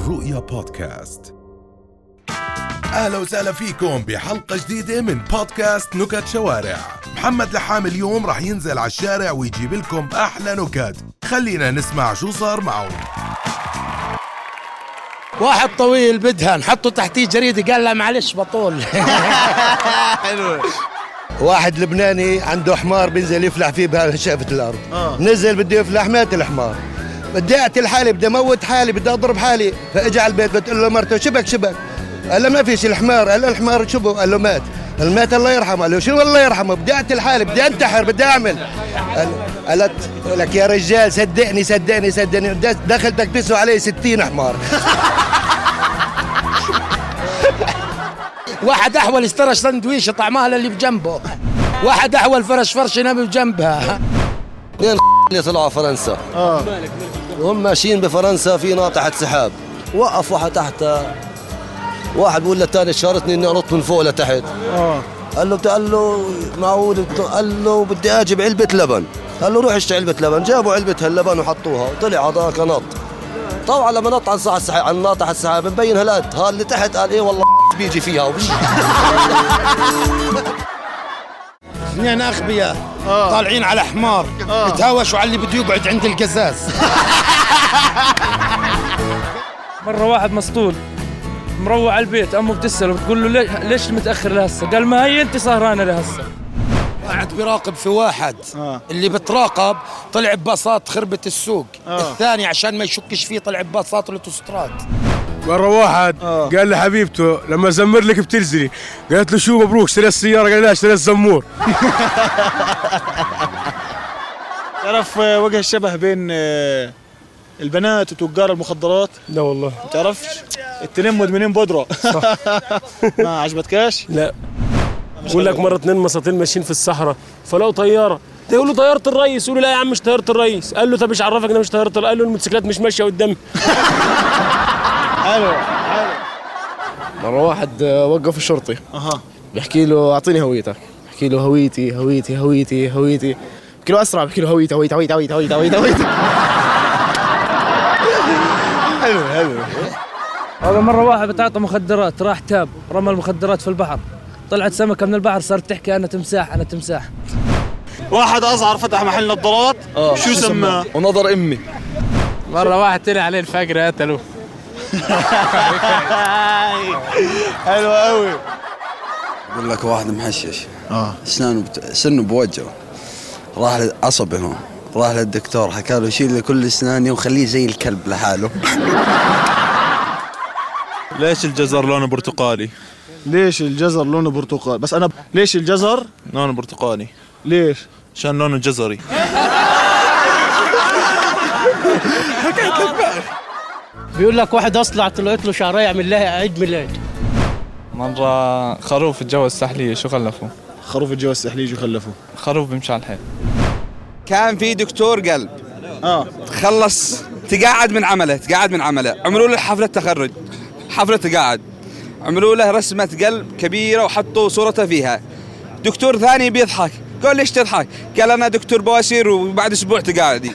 الرؤيا بودكاست. أهلا وسهلا فيكم بحلقة جديدة من بودكاست نكت شوارع. محمد لحام اليوم راح ينزل على الشارع ويجيب لكم أحلى نكت. خلينا نسمع شو صار معه. واحد طويل بدهن حطوا تحتيه جريدة قال له معلش بطول. حلو. واحد لبناني عنده حمار بينزل يفلح فيه بشقفة الأرض. نزل بده يفلح مات الحمار. بدي أقتل حالي، بدي أموت حالي، بدي أضرب حالي. فإجا على البيت بتقول له مرته شبك. قال له ما فيش الحمار. قال له الحمار شبه. قال له مات. المات الله يرحمه. قال له شو الله يرحمه؟ بدي أقتل حالي، بدي أنتحر، بدي أعمل. قالت لك يا رجال صدقني دخلتك تسوى علي 60 حمار. واحد أحول اشترى سندويشة طعمها للي بجنبه. واحد أحول فرش فرش ينام بجنبها. اثنين اللي طلعوا فرنسا. وهم ماشيين بفرنسا في ناطحة سحاب. وقف واحد تحت. واحد بيقول للثاني شارطني اني انط من فوق لتحت. قال له معقول؟ قال له بدي اجيب علبة لبن. قال له روح اشتري علبة لبن. جابوا علبة هاللبن وحطوها وطلع هذاك نط. طبعا لما نط عن ناطحة السحاب مبين هالقد. ها اللي تحت قال ايه والله بيجي فيها. اثنين أغبياء طالعين على حمار يتهاوشوا على اللي بده يقعد عند القزاز. مرة واحد مسطول مروح على البيت، أمه بتسأله بتقول له ليش متأخر لهسه؟ قال ما هي أنت سهرانة لهسه. واحد بيراقب في واحد. اللي بتراقب طلع بباصات خربت السوق. الثاني عشان ما يشكش فيه طلع بباصات الاوتوستراد. مرة واحد قال لحبيبته لما زمر لك بتنزلي، قالت له شو مبروك اشتريت السيارة؟ قال لا اشتريت الزمور. تعرف وجه الشبه بين البنات وتجار المخدرات؟ لا والله ما تعرفش؟ التنين مدمنين بودرة. ما عجبتكاش؟ لا. بقول لك مرة اتنين مساطيل ماشيين في الصحراء فلقوا طيارة، يقول له طيارة الرئيس، يقول له لا يا عم مش طيارة الرئيس. قال له طب ايش عرفك انها مش طيارة الرئيس؟ قال له الموتوسيكلات مش ماشية قدامي. حلو. مرة واحد وقف الشرطي بيحكي له اعطيني هويتك. بيحكي له هويتي. بيحكي له اسرع. بيحكي له هويتي. حلو. هذا مرة واحد بتعاطى مخدرات، راح تاب رمى المخدرات في البحر، طلعت سمكة من البحر صارت تحكي أنا تمساح. واحد أزعر فتح محل نظارات. شو سماه؟ ونظر امي. مرة واحد طلع عليه الفقر قتلوه. حلو قوي. بقول لك واحد محشش سنه بوجهه، راح عصبه هون، راح للدكتور حكى له شيل كل اسناني وخليه زي الكلب لحاله. ليش الجزر لونه برتقالي؟ ليش الجزر لونه برتقالي؟ بس أنا ليش الجزر لونه برتقالي؟ ليش؟ عشان لونه جزري. بيقول لك واحد أصلع طلعت له شعرية يعمل لها عيد ميلاد. مرة خروف اتجوز سحلية شو خلفوا؟ خروف الجواز السحلية شو خلفوا؟ خروف بيمشي على الحيط. كان في دكتور قلب خلص تقاعد من عمله، عملوا له حفلة تخرج، حفلة تقاعد، عملوا له رسمة قلب كبيرة وحطوا صورته فيها. دكتور ثاني بيضحك، قال ليش تضحك؟ قال أنا دكتور بواسير وبعد أسبوع تقاعدي.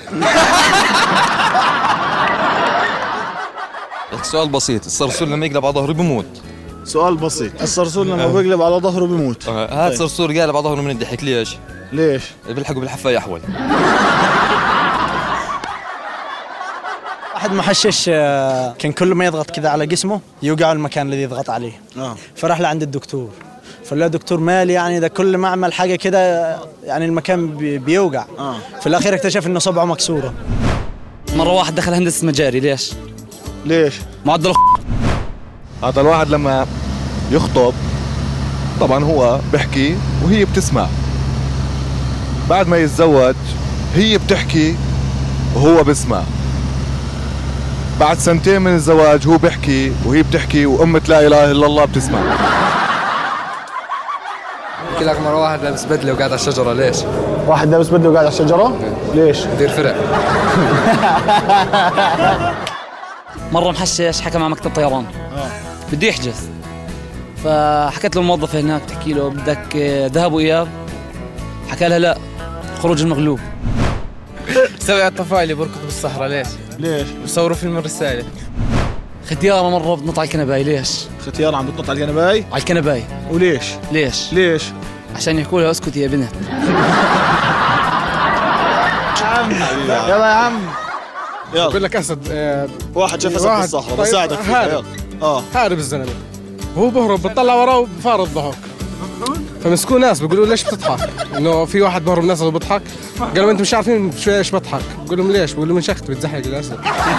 سؤال بسيط، الصرصور لما يقلب على ظهره بيموت. سؤال بسيط، الصرصور لما بيقلب على ظهره بيموت. هذا صرصور قالب على ظهره من الضحك. ليش؟ بيلحقوا بالحفاية أحول. واحد محشش كان كل ما يضغط كذا على جسمه يوقع المكان الذي يضغط عليه. فراح لعند الدكتور، فقال له دكتور مالي يعني ده كل ما أعمل حاجة كده يعني المكان بيوقع. في الأخير اكتشف إنه صبعه مكسورة. مرة واحد دخل هندسة مجاري. ليش؟ معدل هذا الواحد لما يخطب طبعا هو بحكي وهي بتسمع. بعد ما يتزوج هي بتحكي وهو بسمع. بعد سنتين من الزواج هو بحكي وهي بتحكي وأمة لا إله إلا الله بتسمع. بحكي لك مرة واحد لابس بدلة وقاعد على الشجرة. ليش؟ واحد لابس بدلة وقاعد على الشجرة؟ ليش؟ دير فرق. مرة محشش حكى مع مكتب طيران بده يحجز، فحكت له الموظفة هناك تحكي له بدك ذهب وإياب؟ حكى لها لا، خروج المغلوب. 7 طفايل بركضوا بالصحراء. ليش؟ ليش؟ بصوروا فيلم الرسالة. ختيارة مرة بتنط على الكنباي. ليش؟ ختيارة عم بتنط على الكنباي؟ على الكنباي. وليش؟ ليش؟ عشان يقول لها اسكت يا بنت. يلا يا عم. يلا بقول لك اسد واحد شاف اسد بالصحراء بساعدك فيها. هارب الزلمه وهو بهرب بتطلع وراه وبفارض ضحك. فمسكوا ناس بيقولوا ليش بتضحك؟ انه في واحد بهرب ناس وبضحك. قالوا انتم مش عارفين ليش بضحك. بقول لهم ليش؟ بقول لهم من شخت بتزحق الاسد.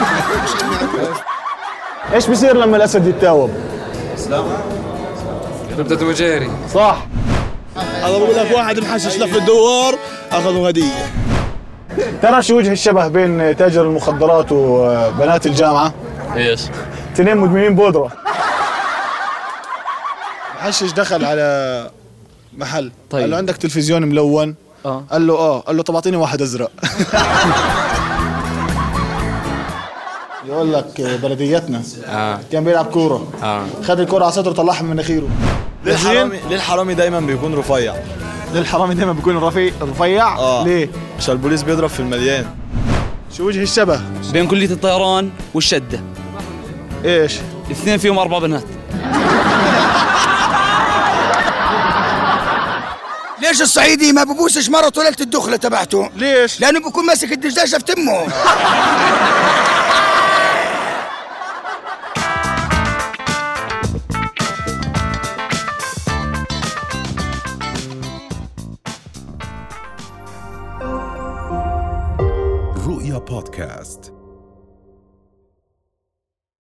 ايش بصير لما الاسد يتاوب؟ ببدا مجاري. صح. هذا بقول لك واحد محشش لف الدوار اخذوا هديه. ترى شو وجه الشبه بين تاجر المخدرات وبنات الجامعه؟ ايش؟ اثنين مدمنين بودره. محشش دخل على محل. طيب. قال له عندك تلفزيون ملون؟ قال له قال له طب اعطيني واحد ازرق. يقول لك بلديتنا كان بيلعب كوره خد الكوره على صدره طلعها من مناخيره. ليه الحرامي دايما بيكون رفيع؟ ليه الحرامي دايما بيكون رفيع؟ ليه؟ عشان البوليس بيضرب في المليان. شو وجه الشبه بين كلية الطيران والشدة؟ ايش؟ الاثنين فيهم 4 بنات. ليش الصعيدي ما ببوسش مرته ليلة الدخلة تبعته؟ ليش؟ لأنه بكون ماسك الدجاجة في تمه. رؤيا بودكاست.